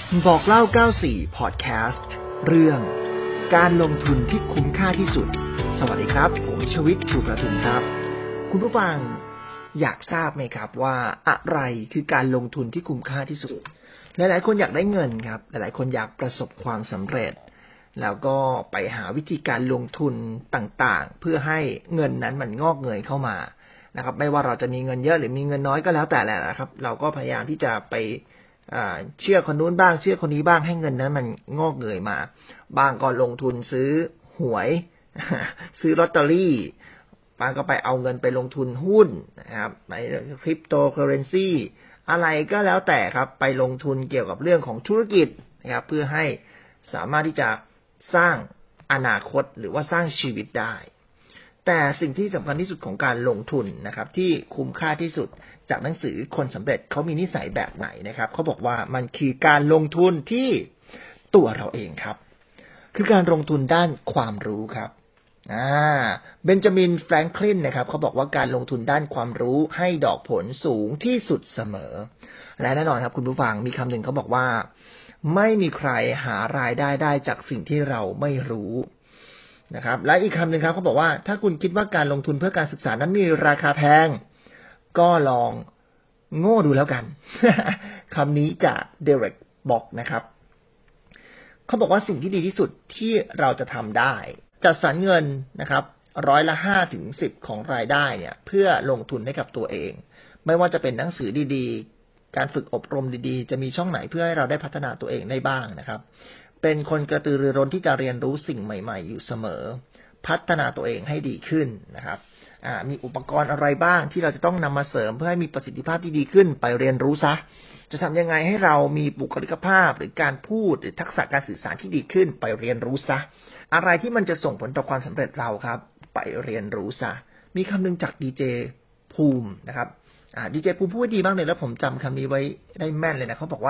บอกเล่า94พอดแคสต์เรื่องการลงทุนที่คุ้มค่าที่สุดสวัสดีครับผมชวิต ชูประทุมครับคุณผู้ฟังอยากทราบไหมครับว่าอะไรคือการลงทุนที่คุ้มค่าที่สุดหลายๆคนอยากได้เงินครับหลายๆคนอยากประสบความสำเร็จแล้วก็ไปหาวิธีการลงทุนต่างๆเพื่อให้เงินนั้นมันงอกเงยเข้ามานะครับไม่ว่าเราจะมีเงินเยอะหรือมีเงินน้อยก็แล้วแต่แหละนะครับเราก็พยายามที่จะไปเชื่อคนนู้นบ้างเชื่อคนนี้บ้างให้เงินนั้นมันงอกเงยมาบางก็ลงทุนซื้อหวยซื้อลอตเตอรี่บางก็ไปเอาเงินไปลงทุนหุ้นนะครับไปคริปโตเคอเรนซีอะไรก็แล้วแต่ครับไปลงทุนเกี่ยวกับเรื่องของธุรกิจนะครับเพื่อให้สามารถที่จะสร้างอนาคตหรือว่าสร้างชีวิตได้แต่สิ่งที่สำคัญที่สุดของการลงทุนนะครับที่คุ้มค่าที่สุดจากหนังสือคนสำเร็จเขามีนิสัยแบบไหนนะครับเขาบอกว่ามันคือการลงทุนที่ตัวเราเองครับคือการลงทุนด้านความรู้ครับเบนจามินแฟรงคลินนะครับเขาบอกว่าการลงทุนด้านความรู้ให้ดอกผลสูงที่สุดเสมอและแน่นอนครับคุณผู้ฟังมีคำหนึ่งเขาบอกว่าไม่มีใครหารายได้ได้จากสิ่งที่เราไม่รู้นะครับและอีกคำหนึ่งครับเขาบอกว่าถ้าคุณคิดว่าการลงทุนเพื่อการศึกษานั้นมีราคาแพงก็ลองโง่ดูแล้วกัน คำนี้จากเดเร็กบอกนะครับเขาบอกว่าสิ่งที่ดีที่สุดที่เราจะทำได้จัดสรรเงินนะครับ5%ถึง10%ของรายได้เนี่ยเพื่อลงทุนให้กับตัวเองไม่ว่าจะเป็นหนังสือดีๆการฝึกอบรมดีๆจะมีช่องไหนเพื่อให้เราได้พัฒนาตัวเองได้บ้างนะครับเป็นคนกระตือรือร้นที่จะเรียนรู้สิ่งใหม่ๆอยู่เสมอพัฒนาตัวเองให้ดีขึ้นนะครับมีอุปกรณ์อะไรบ้างที่เราจะต้องนำมาเสริมเพื่อให้มีประสิทธิภาพที่ดีขึ้นไปเรียนรู้ซะจะทำยังไงให้เรามีบุคลิกภาพหรือการพูดหรือทักษะการสื่อสารที่ดีขึ้นไปเรียนรู้ซะอะไรที่มันจะส่งผลต่อความสำเร็จเราครับไปเรียนรู้ซะมีคำนึงจากดีเจภูมินะครับดีเจภูมิพูดดีมากเลยแล้วผมจำคำนี้ไว้ได้แม่นเลยนะเขาบอกว่า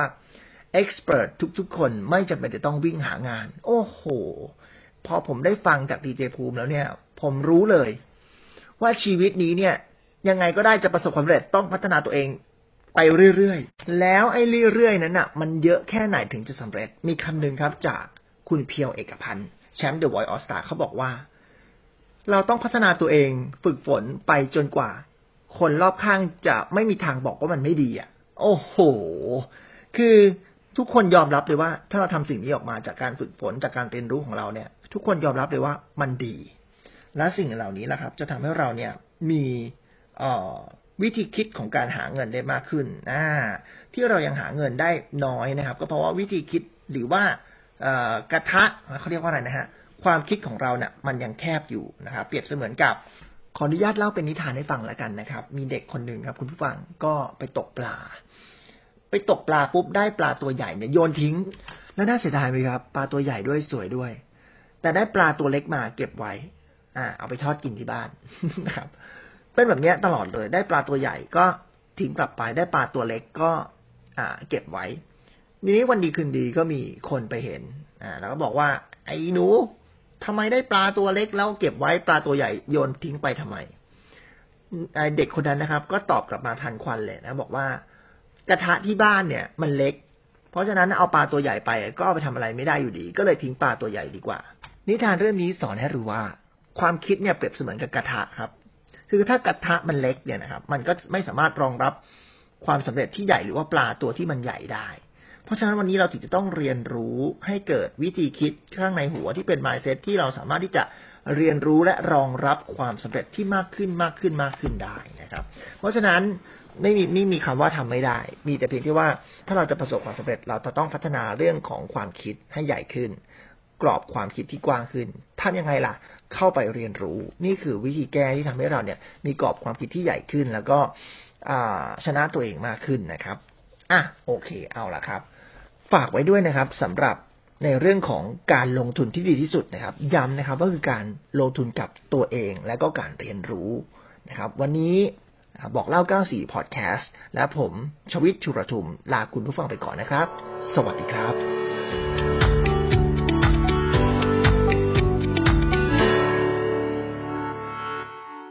expert ทุกๆคนไม่จำเป็นจะต้องวิ่งหางานโอ้โหพอผมได้ฟังจากดีเจภูมิแล้วเนี่ยผมรู้เลยว่าชีวิตนี้เนี่ยยังไงก็ได้จะประสบความสำเร็จต้องพัฒนาตัวเองไปเรื่อยๆแล้วไอ้เรื่อยๆนั้นน่ะมันเยอะแค่ไหนถึงจะสำเร็จมีคำหนึ่งครับจากคุณเพียวเอกพันธ์แชมป์ The Voice All Star เขาบอกว่าเราต้องพัฒนาตัวเองฝึกฝนไปจนกว่าคนรอบข้างจะไม่มีทางบอกว่ามันไม่ดีอ่ะโอ้โหคือทุกคนยอมรับเลยว่าถ้าเราทำสิ่งนี้ออกมาจากการฝึกฝนจากการเรียนรู้ของเราเนี่ยทุกคนยอมรับเลยว่ามันดีและสิ่งเหล่านี้แหละครับจะทำให้เราเนี่ยมีวิธีคิดของการหาเงินได้มากขึ้นที่เรายังหาเงินได้น้อยนะครับก็เพราะว่าวิธีคิดหรือว่ากระทะเขาเรียกว่าอะไรนะฮะความคิดของเราเนี่ยมันยังแคบอยู่นะครับเปรียบเสมือนกับขออนุญาตเล่าเป็นนิทานให้ฟังแล้วกันนะครับมีเด็กคนหนึ่งครับคุณผู้ฟังก็ไปตกปลาปุ๊บได้ปลาตัวใหญ่เนี่ยโยนทิ้งแล้วน่าเสียดายไหมครับปลาตัวใหญ่ด้วยสวยด้วยแต่ได้ปลาตัวเล็กมาเก็บไว้เอาไปทอดกินที่บ้านนะครับเป็นแบบนี้ตลอดเลยได้ปลาตัวใหญ่ก็ทิ้งกลับไปได้ปลาตัวเล็กก็เก็บไว้นี้วันดีคืนดีก็มีคนไปเห็นแล้วก็บอกว่าไอ้หนูทำไมได้ปลาตัวเล็กแล้วเก็บไว้ปลาตัวใหญ่โยนทิ้งไปทำไมเด็กคนนั้นนะครับก็ตอบกลับมาทันควันเลยนะบอกว่ากระทะที่บ้านเนี่ยมันเล็กเพราะฉะนั้นเอาปลาตัวใหญ่ไปก็เอาไปทำอะไรไม่ได้อยู่ดีก็เลยทิ้งปลาตัวใหญ่ดีกว่านิทานเรื่องนี้สอนให้รู้ว่าความคิดเนี่ยเปรียบเสมือนกับกระทะครับคือถ้ากระทะมันเล็กเนี่ยนะครับมันก็ไม่สามารถรองรับความสำเร็จที่ใหญ่หรือว่าปลาตัวที่มันใหญ่ได้เพราะฉะนั้นวันนี้เราถึงจะต้องเรียนรู้ให้เกิดวิธีคิดข้างในหัวที่เป็น mindset ที่เราสามารถที่จะเรียนรู้และรองรับความสำเร็จที่มากขึ้นได้นะครับเพราะฉะนั้นไม่มีคำว่าทำไม่ได้มีแต่เพียงที่ว่าถ้าเราจะประสบความสำเร็จเราต้องพัฒนาเรื่องของความคิดให้ใหญ่ขึ้นกรอบความคิดที่กว้างขึ้นทำยังไงล่ะเข้าไปเรียนรู้นี่คือวิธีแก้ที่ทำให้เราเนี่ยมีกรอบความคิดที่ใหญ่ขึ้นแล้วก็ชนะตัวเองมากขึ้นนะครับโอเคเอาล่ะครับฝากไว้ด้วยนะครับสำหรับในเรื่องของการลงทุนที่ดีที่สุดนะครับย้ำนะครับก็คือการลงทุนกับตัวเองและก็การเรียนรู้นะครับวันนี้บอกเล่า94พอดแคสต์และผมชวิต ชูประทุมลาคุณผู้ฟังไปก่อนนะครับสวัสดีครับ